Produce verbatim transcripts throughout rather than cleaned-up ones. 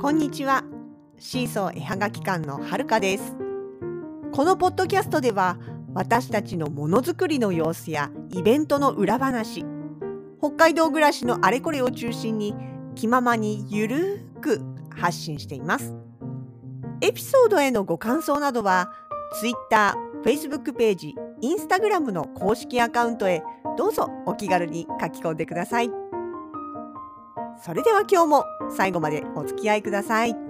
こんにちは。シーソー絵はがき館のはるかです。このポッドキャストでは、私たちのものづくりの様子やイベントの裏話、北海道暮らしのあれこれを中心に気ままにゆるーく発信しています。エピソードへのご感想などは Twitter、Facebook ページ、Instagram の公式アカウントへどうぞお気軽に書き込んでください。それでは今日も最後までお付き合いください。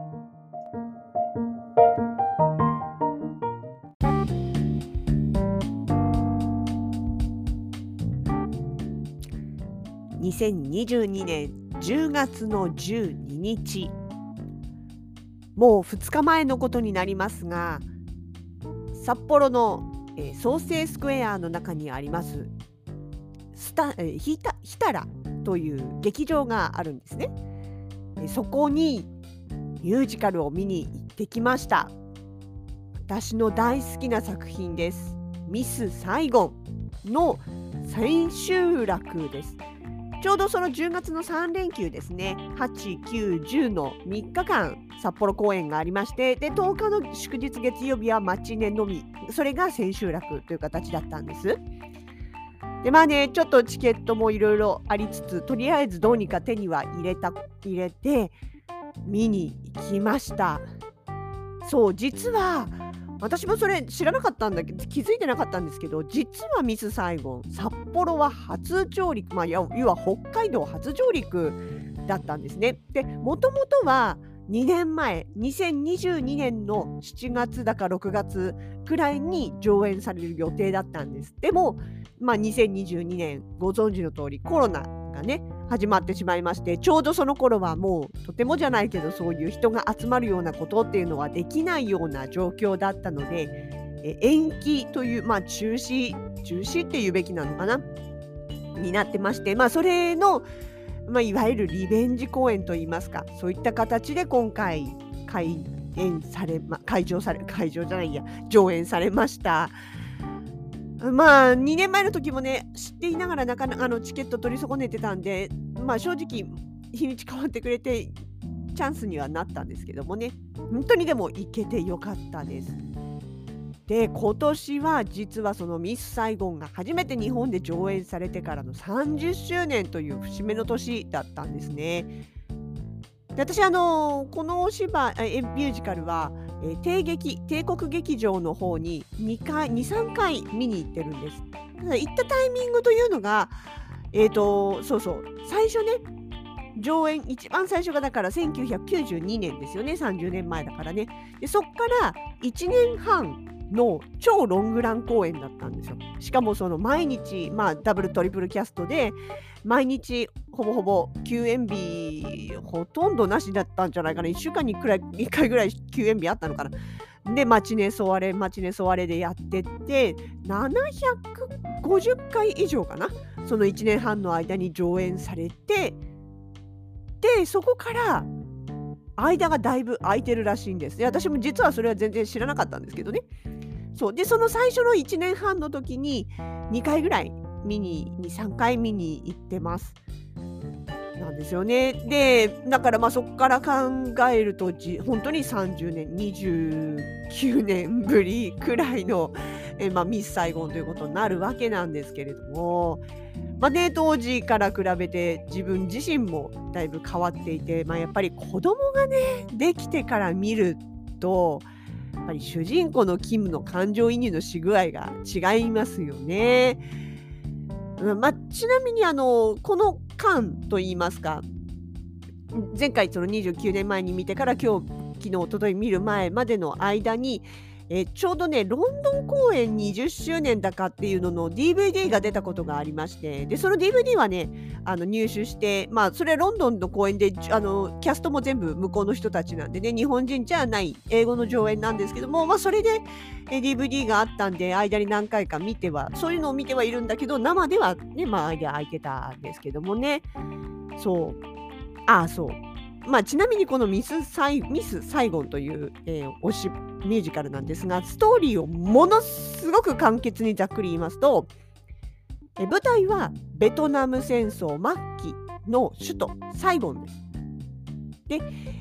にせんにじゅうにねんじゅうがつのじゅうににち、もうふつかまえのことになりますが、札幌の、えー、創生スクエアの中にありますスタ、えー、ヒタ、ヒタラという劇場があるんですね。でそこにミュージカルを見に行ってきました。私の大好きな作品です。ミス・サイゴンの千秋楽です。ちょうどそのじゅうがつのさんれんきゅうですね。はち、きゅう、じゅうのみっかかん札幌公演がありまして、でとおかの祝日月曜日はマチネのみ、それが千秋楽という形だったんです。でまあね、ちょっとチケットもいろいろありつつ、とりあえずどうにか手には入れた入れて見に行きました。そう、実は私もそれ知らなかったんだけど、気づいてなかったんですけど、実はミス・サイゴン、札幌は初上陸、まあ、要は北海道初上陸だったんですね。で、もともとはにねんまえ、にせんにじゅうにねんのしちがつだかろくがつくらいに上演される予定だったんです。でも、まあ、にせんにじゅうにねんご存知の通りコロナがね始まってしまいまして、ちょうどその頃はもうとてもじゃないけど、そういう人が集まるようなことっていうのはできないような状況だったので、え延期という、まあ中止中止っていうべきなのかなになってまして、まあそれの、まあ、いわゆるリベンジ公演といいますか、そういった形で今回開演され、ま、会場され会場じゃないや上演されました。まあにねんまえの時もね、知っていながらなかなかあのチケット取り損ねてたんで、まあ正直日にち変わってくれてチャンスにはなったんですけどもね、本当にでも行けてよかったです。で、今年は実はそのミス・サイゴンが初めて日本で上演されてからのさんじゅっしゅうねんという節目の年だったんですね。で私あのこのお芝居えミュージカルは、えー帝劇帝国劇場の方ににかいにさんかい見に行ってるんです。ただ行ったタイミングというのが、えーとそうそう最初ね、上演一番最初がだからせんきゅうひゃくきゅうじゅうにねんですよね。さんじゅうねんまえだからね。でそっからいちねんはんの超ロングラン公演だったんですよ。しかもその毎日、まあダブルトリプルキャストで毎日ほぼほぼ休演日ほとんどなしだったんじゃないかな。いっしゅうかんにくらいいっかいぐらい休演日あったのかな。でマチネソワレマチネソワレでやってってななひゃくごじゅっかい以上かな、そのいちねんはんの間に上演されて、でそこから間がだいぶ空いてるらしいんです。で私も実はそれは全然知らなかったんですけどね。そうでその最初のいちねんはんの時ににかいぐらい見にに、さんかい見に行ってます。なんですよね。でだからまあそこから考えるとじ本当にさんじゅうねんにじゅうきゅうねんぶりくらいのえ、まあ、ミス・サイゴンということになるわけなんですけれども、まあね、当時から比べて自分自身もだいぶ変わっていて、まあ、やっぱり子供がねできてから見るとやっぱり主人公のキムの感情移入のし具合が違いますよね。うんまあ、ちなみにあのこの間といいますか、前回そのにじゅうきゅうねんまえに見てから今日昨日一昨日見る前までの間に、えーちょうどねロンドン公演にじゅっしゅうねんだかっていうのの ディーブイディー が出たことがありまして、でその ディーブイディー はねあの入手して、まあそれロンドンの公演でじあのキャストも全部向こうの人たちなんでね、日本人じゃない英語の上演なんですけども、まあそれでえ ディーブイディー があったんで間に何回か見てはそういうのを見てはいるんだけど、生ではねまあ間空いてたんですけどもね。そうああそうまあ、ちなみにこのミスサイミス・サイゴンという、えー推しミュージカルなんですが、ストーリーをものすごく簡潔にざっくり言いますと、え舞台はベトナム戦争末期の首都サイゴンです。で、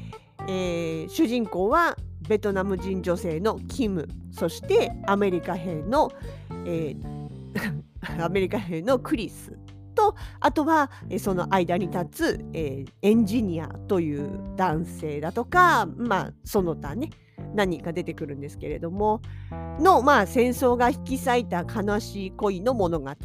えー主人公はベトナム人女性のキム、そしてアメリカ兵の、えーアメリカ兵のクリスと、あとはえーその間に立つ、えーエンジニアという男性だとか、まあその他ね、何人か出てくるんですけれどもの、まあ、戦争が引き裂いた悲しい恋の物語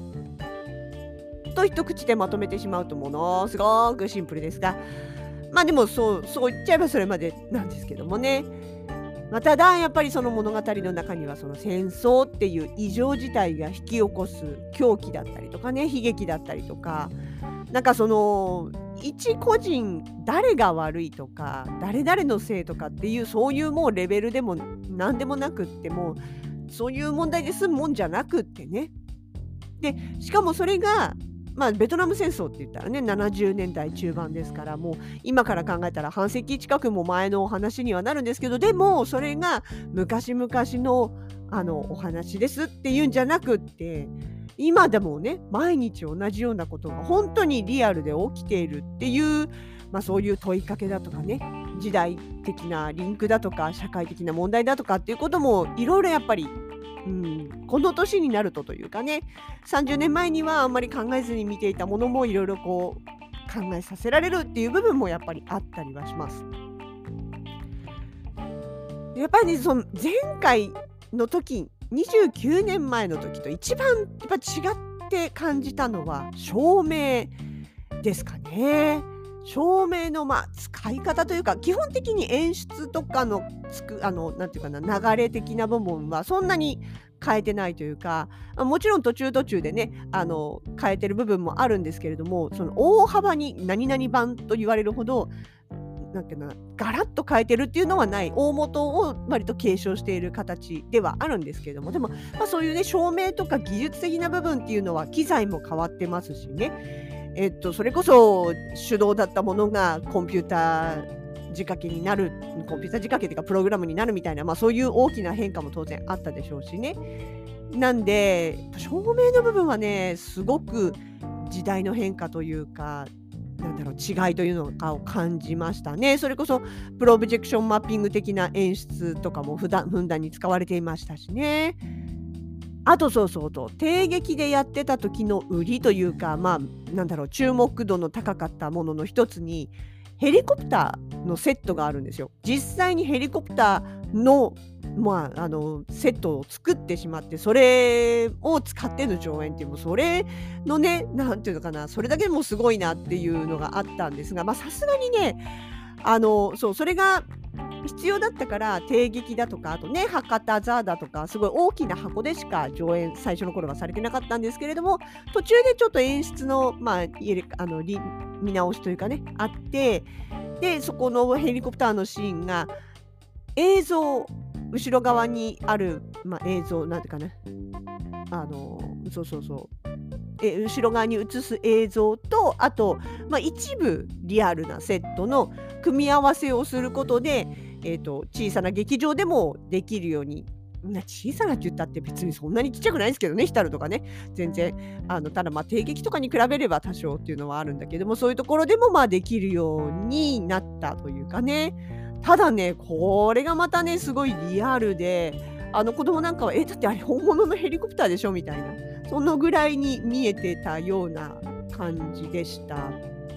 と一口でまとめてしまうとものすごくシンプルですが、まあでもそうそう言っちゃえばそれまでなんですけどもね。まあ、ただやっぱりその物語の中にはその戦争っていう異常事態が引き起こす狂気だったりとかね、悲劇だったりとか、なんかその一個人誰が悪いとか誰々のせいとかっていうそういうもうレベルでも何でもなくってもそういう問題で済むもんじゃなくってね。でしかもそれがまあベトナム戦争って言ったらねななじゅうねんだい中盤ですから、もう今から考えたら半世紀近くも前のお話にはなるんですけど、でもそれが昔々のあのお話ですっていうんじゃなくって、今でもね毎日同じようなことが本当にリアルで起きているっていう、まあ、そういう問いかけだとかね、時代的なリンクだとか社会的な問題だとかっていうこともいろいろやっぱり、うん、この年になるとというかね、さんじゅうねんまえにはあんまり考えずに見ていたものもいろいろこう考えさせられるっていう部分もやっぱりあったりはします。やっぱりね、その前回の時にじゅうきゅうねんまえの時と一番やっぱ違って感じたのは照明ですかね。照明のまあ使い方というか、基本的に演出とかのつくあのなんていうかな、流れ的な部分はそんなに変えてないというか、あもちろん途中途中でねあの変えてる部分もあるんですけれども、その大幅に何々版と言われるほどなんていうのかな、ガラッと変えてるっていうのはない、大元を割と継承している形ではあるんですけれども、でも、まあ、そういうね照明とか技術的な部分っていうのは機材も変わってますしね、えっと、それこそ手動だったものがコンピューター仕掛けになる、コンピューター仕掛けというかプログラムになるみたいな、まあ、そういう大きな変化も当然あったでしょうしね。なんで照明の部分はねすごく時代の変化というか、なんだろう、違いというのかを感じましたね。それこそプロジェクションマッピング的な演出とかもふだふんだんに使われていましたしね。あとそうそうと帝劇でやってた時の売りというか、まあなんだろう、注目度の高かったものの一つにヘリコプターのセットがあるんですよ。実際にヘリコプターのまあ、あのセットを作ってしまって、それを使っての上演っていう、もうそれのね、なんていうのかな、それだけでもすごいなっていうのがあったんですが、まあさすがにね、あのそうそれが必要だったから帝劇だとか、あとね博多座だとかすごい大きな箱でしか上演最初の頃はされてなかったんですけれども、途中でちょっと演出のまあ入れあのり見直しというかねあって、でそこのヘリコプターのシーンが映像後ろ側にある、まあ、映像なんていうかな、あのそうそうそうえ後ろ側に映す映像と、あと、まあ、一部リアルなセットの組み合わせをすることで、えー、と小さな劇場でもできるように、な小さなって言ったって別にそんなにちっちゃくないですけどね、浸るとかね、全然あのただまあ帝劇とかに比べれば多少っていうのはあるんだけども、そういうところでもまあできるようになったというかね。ただね、これがまたねすごいリアルで、あの子供なんかはえだってあれ本物のヘリコプターでしょみたいな、そのぐらいに見えてたような感じでした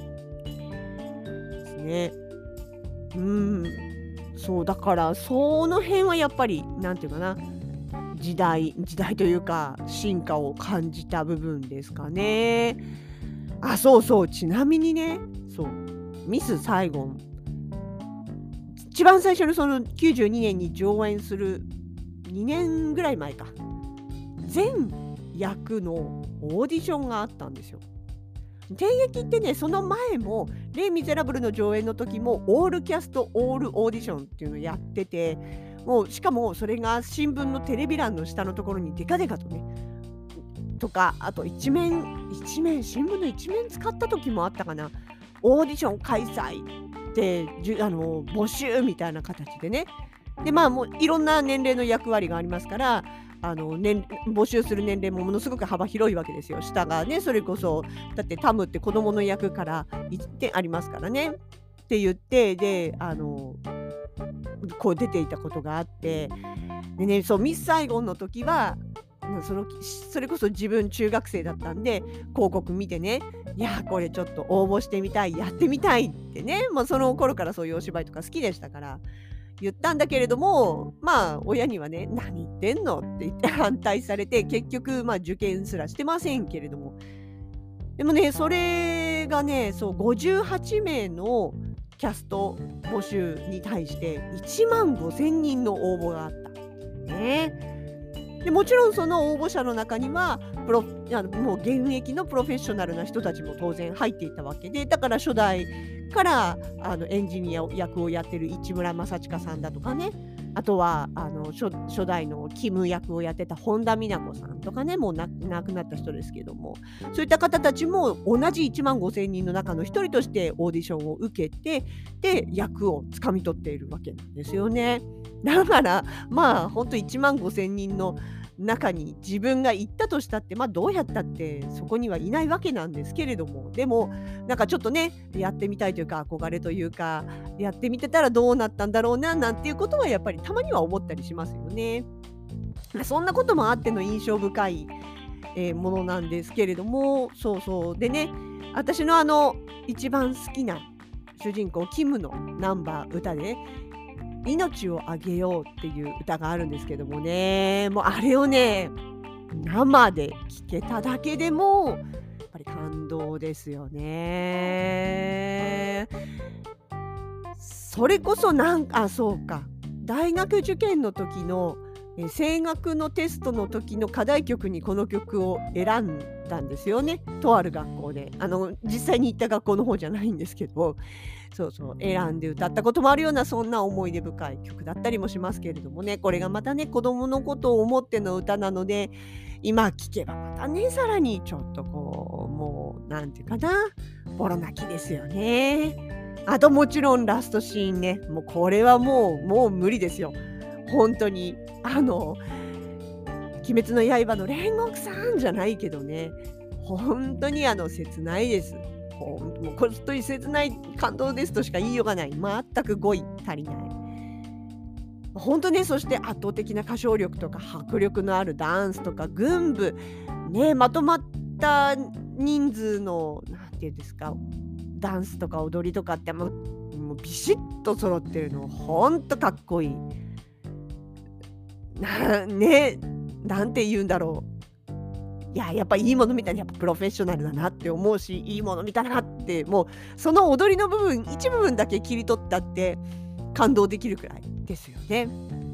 ですね。うん、そうだからその辺はやっぱりなんていうかな、時代時代というか進化を感じた部分ですかね。あ、そうそう、ちなみにね、そうミス・サイゴン、一番最初のそのきゅうじゅうにねんに上演するにねんぐらい前か、全役のオーディションがあったんですよ。帝劇ってね、その前もレイ・ミゼラブルの上演の時もオールキャストオールオーディションっていうのをやってて、もうしかもそれが新聞のテレビ欄の下のところにデカデカとね、とか、あと一面一面新聞の一面使った時もあったかな、オーディション開催でじゅあの募集みたいな形でね。でまあもういろんな年齢の役割がありますから、あの年募集する年齢もものすごく幅広いわけですよ。下がねそれこそだってタムって子供の役からいってんありますからね。 って言って、で、あの、こう出ていたことがあって、でね、そう、ミスサイゴンの時は、うん、そのそれこそ自分中学生だったんで、広告見てね、いや、これちょっと応募してみたい、やってみたいってね、もうその頃からそういうお芝居とか好きでしたから言ったんだけれども、まあ、親にはね、「何言ってんの」って言って反対されて、結局、まあ、受験すらしてませんけれども。でもね、それがね、そう、ごじゅうはちめいのキャスト募集に対していちまんごせんにんの応募があった。ね。で、もちろんその応募者の中には、プロあの、もう現役のプロフェッショナルな人たちも当然入っていたわけで、だから初代からあのエンジニア役をやってる市村正親さんだとかね、あとはあの初初代のキム役をやってた本田美奈子さんとかね、もうな亡くなった人ですけども、そういった方たちも同じいちまんごせんにんの中の一人としてオーディションを受けて、で、役をつかみ取っているわけなんですよね。だから、まあ、ほんといちまんごせんにんの中に自分が行ったとしたって、ま、どうやったってそこにはいないわけなんですけれども、でも、なんかちょっとね、やってみたいというか、憧れというか、やってみてたらどうなったんだろうな、なんていうことはやっぱりたまには思ったりしますよね。ま、そんなこともあっての印象深い、え、ものなんですけれども、そうそう。でね、私のあの、一番好きな主人公キムのナンバー歌でね、命をあげようっていう歌があるんですけどもね、もうあれをね、生で聴けただけでも、やっぱり感動ですよね。それこそなんあ、そうか、大学受験の時の、え、声楽のテストの時の課題曲にこの曲を選んだんですよね、とある学校で。あの、実際に行った学校の方じゃないんですけど、そうそう、選んで歌ったこともあるような、そんな思い出深い曲だったりもしますけれどもね、これがまたね、子供のことを思っての歌なので、今聴けばまたね、さらにちょっとこう、もうなんていうかな、ボロ泣きですよね。あともちろんラストシーンね、もうこれはもうもう無理ですよ。ほんとに。あの、鬼滅の刃の煉獄さんじゃないけどね、ほんとにあの切ないです。ほんもうほんとに切ない感動ですとしか言いようがない。全く語彙足りない。ほんとね、そして圧倒的な歌唱力とか迫力のあるダンスとか群舞、ね、まとまった人数のなんて言うんですか、ダンスとか踊りとかってもうもうビシッと揃ってるのほんとかっこいい。なね、なんて言うんだろう。いや、やっぱいいもの見たらやっぱプロフェッショナルだなって思うし、いいもの見たなって、もうその踊りの部分、一部分だけ切り取ったって感動できるくらいですよね。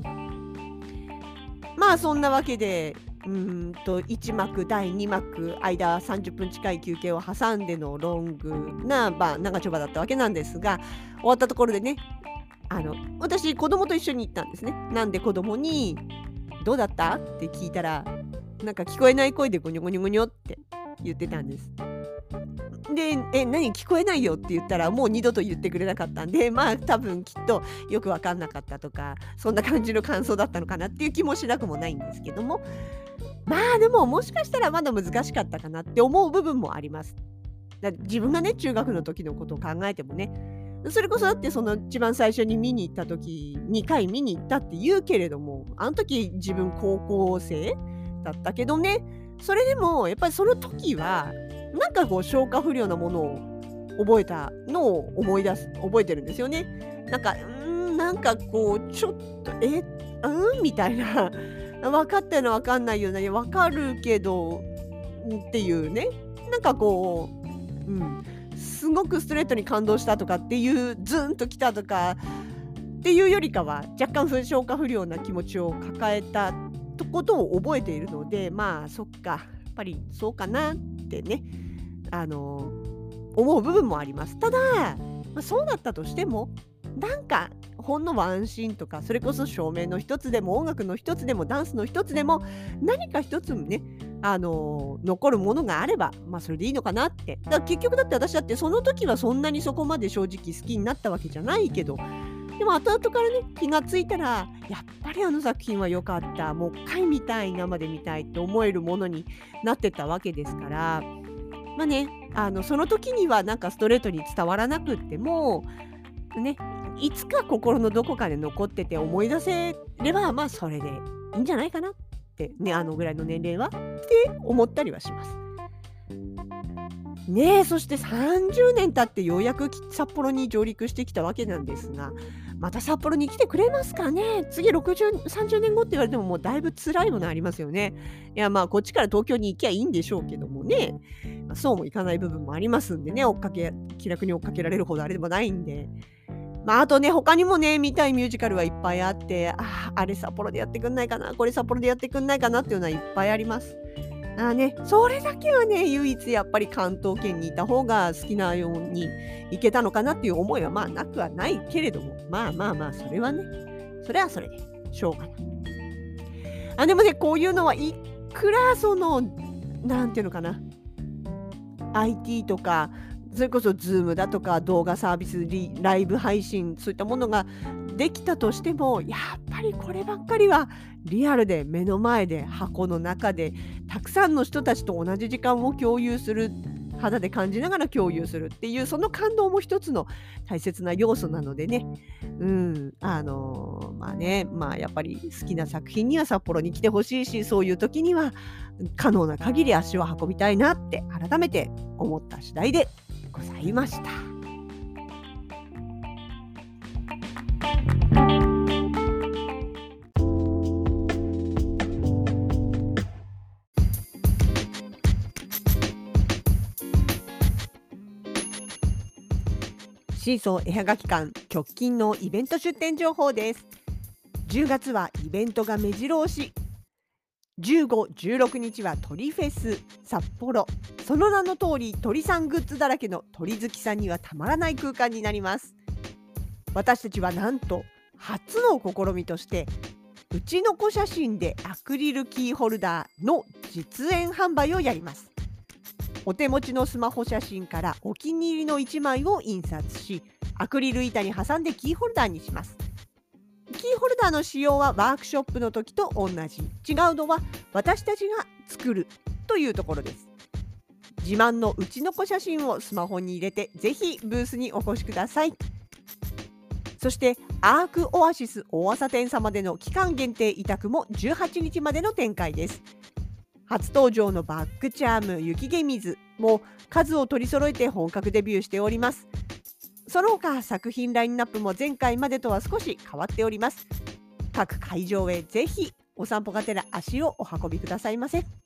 まあ、そんなわけで、うーんといちまく、だいにまく、間さんじゅっぷん近い休憩を挟んでのロングな、まあ、長丁場だったわけなんですが、終わったところでね、あの、私子供と一緒に行ったんですね。なんで子供に「どうだった？」って聞いたら、なんか聞こえない声でゴニョゴニョゴニョって言ってたんです。で、「え、何聞こえないよ」って言ったら、もう二度と言ってくれなかったんで、まあ、多分きっとよく分かんなかったとか、そんな感じの感想だったのかなっていう気もしなくもないんですけども、まあ、でも、もしかしたらまだ難しかったかなって思う部分もあります。だ自分がね、中学の時のことを考えてもね、それこそだってその一番最初に見に行った時、にかい見に行ったって言うけれども、あん時自分高校生だったけどね、それでもやっぱりその時は、なんかこう消化不良なものを覚えたのを思い出す覚えてるんですよね。なんか、うーん、なんかこうちょっと、え、うん？みたいな、分かったような分かんないような、いや分かるけど、んっていうね、なんかこう、うん、すごくストレートに感動したとかっていう、ズンときたとかっていうよりかは、若干そういう消化不良な気持ちを抱えたとことを覚えているので、まあ、そっか、やっぱりそうかなってね、あの、思う部分もあります。ただ、ま、そうだったとしても、なんかほんのワンシーンとか、それこそ照明の一つでも音楽の一つでもダンスの一つでも、何か一つね、あの、残るものがあれば、ま、それでいいのかなって。だ結局だって私だってその時はそんなにそこまで正直好きになったわけじゃないけど、でも後々からね、気が付いたら、やっぱりあの作品は良かった、もう一回見たい、生で見たいって思えるものになってったわけですから、ま、ね、あの、その時にはなんかストレートに伝わらなくっても、 ね、いつか心のどこかで残ってて思い出せれば、まあ、それでいいんじゃないかなってね、あのぐらいの年齢はって思ったりはします。ねえ、そしてさんじゅうねん経ってようやくき札幌に上陸してきたわけなんですが、また札幌に来てくれますかね？次ろくじゅう、さんじゅうねんごって言われても、もうだいぶ辛いものありますよね。いや、まあ、こっちから東京に行きゃいいんでしょうけどもね、ま、そうもいかない部分もありますんでね、追っかけ気楽に追っかけられるほどあれでもないんで。まあ、あとね、他にもね、見たいミュージカルはいっぱいあって、ああ、あれ札幌でやってくんないかな、これ札幌でやってくんないかなっていうのはいっぱいあります。ああね、それだけはね、唯一やっぱり関東圏にいた方が好きなように行けたのかなっていう思いは、まあ、なくはないけれども、まあまあまあ、それはね、それはそれでしょうがない。あ、でもね、こういうのはいくらその、なんていうのかな、アイティー とか、それこそ Zoom だとか動画サービス、リライブ配信、そういったものができたとしても、やっぱりこればっかりはリアルで目の前で箱の中でたくさんの人たちと同じ時間を共有する、肌で感じながら共有するっていうその感動も一つの大切な要素なのでね。うん、あの、まあね、まあやっぱり好きな作品には札幌に来てほしいし、そういう時には可能な限り足を運びたいなって改めて思った次第でございました。シーソー絵はがき館直近のイベント出店情報です。じゅうがつはイベントが目白押し。じゅうご、じゅうろくにちは鳥フェス札幌。その名の通り鳥さんグッズだらけの鳥好きさんにはたまらない空間になります。私たちはなんと初の試みとしてうちの子写真でアクリルキーホルダーの実演販売をやります。お手持ちのスマホ写真からお気に入りのいちまいを印刷し、アクリル板に挟んでキーホルダーにします。キーホルダーの仕様はワークショップの時と同じ。違うのは私たちが作るというところです。自慢のうちの子写真をスマホに入れて、ぜひブースにお越しください。そしてアークオアシス大朝店様での期間限定委託もじゅうはちにちまでの展開です。初登場のバッグチャーム雪毛水も数を取り揃えて本格デビューしております。その他作品ラインナップも前回までとは少し変わっております。各会場へぜひお散歩がてら足をお運びくださいませ。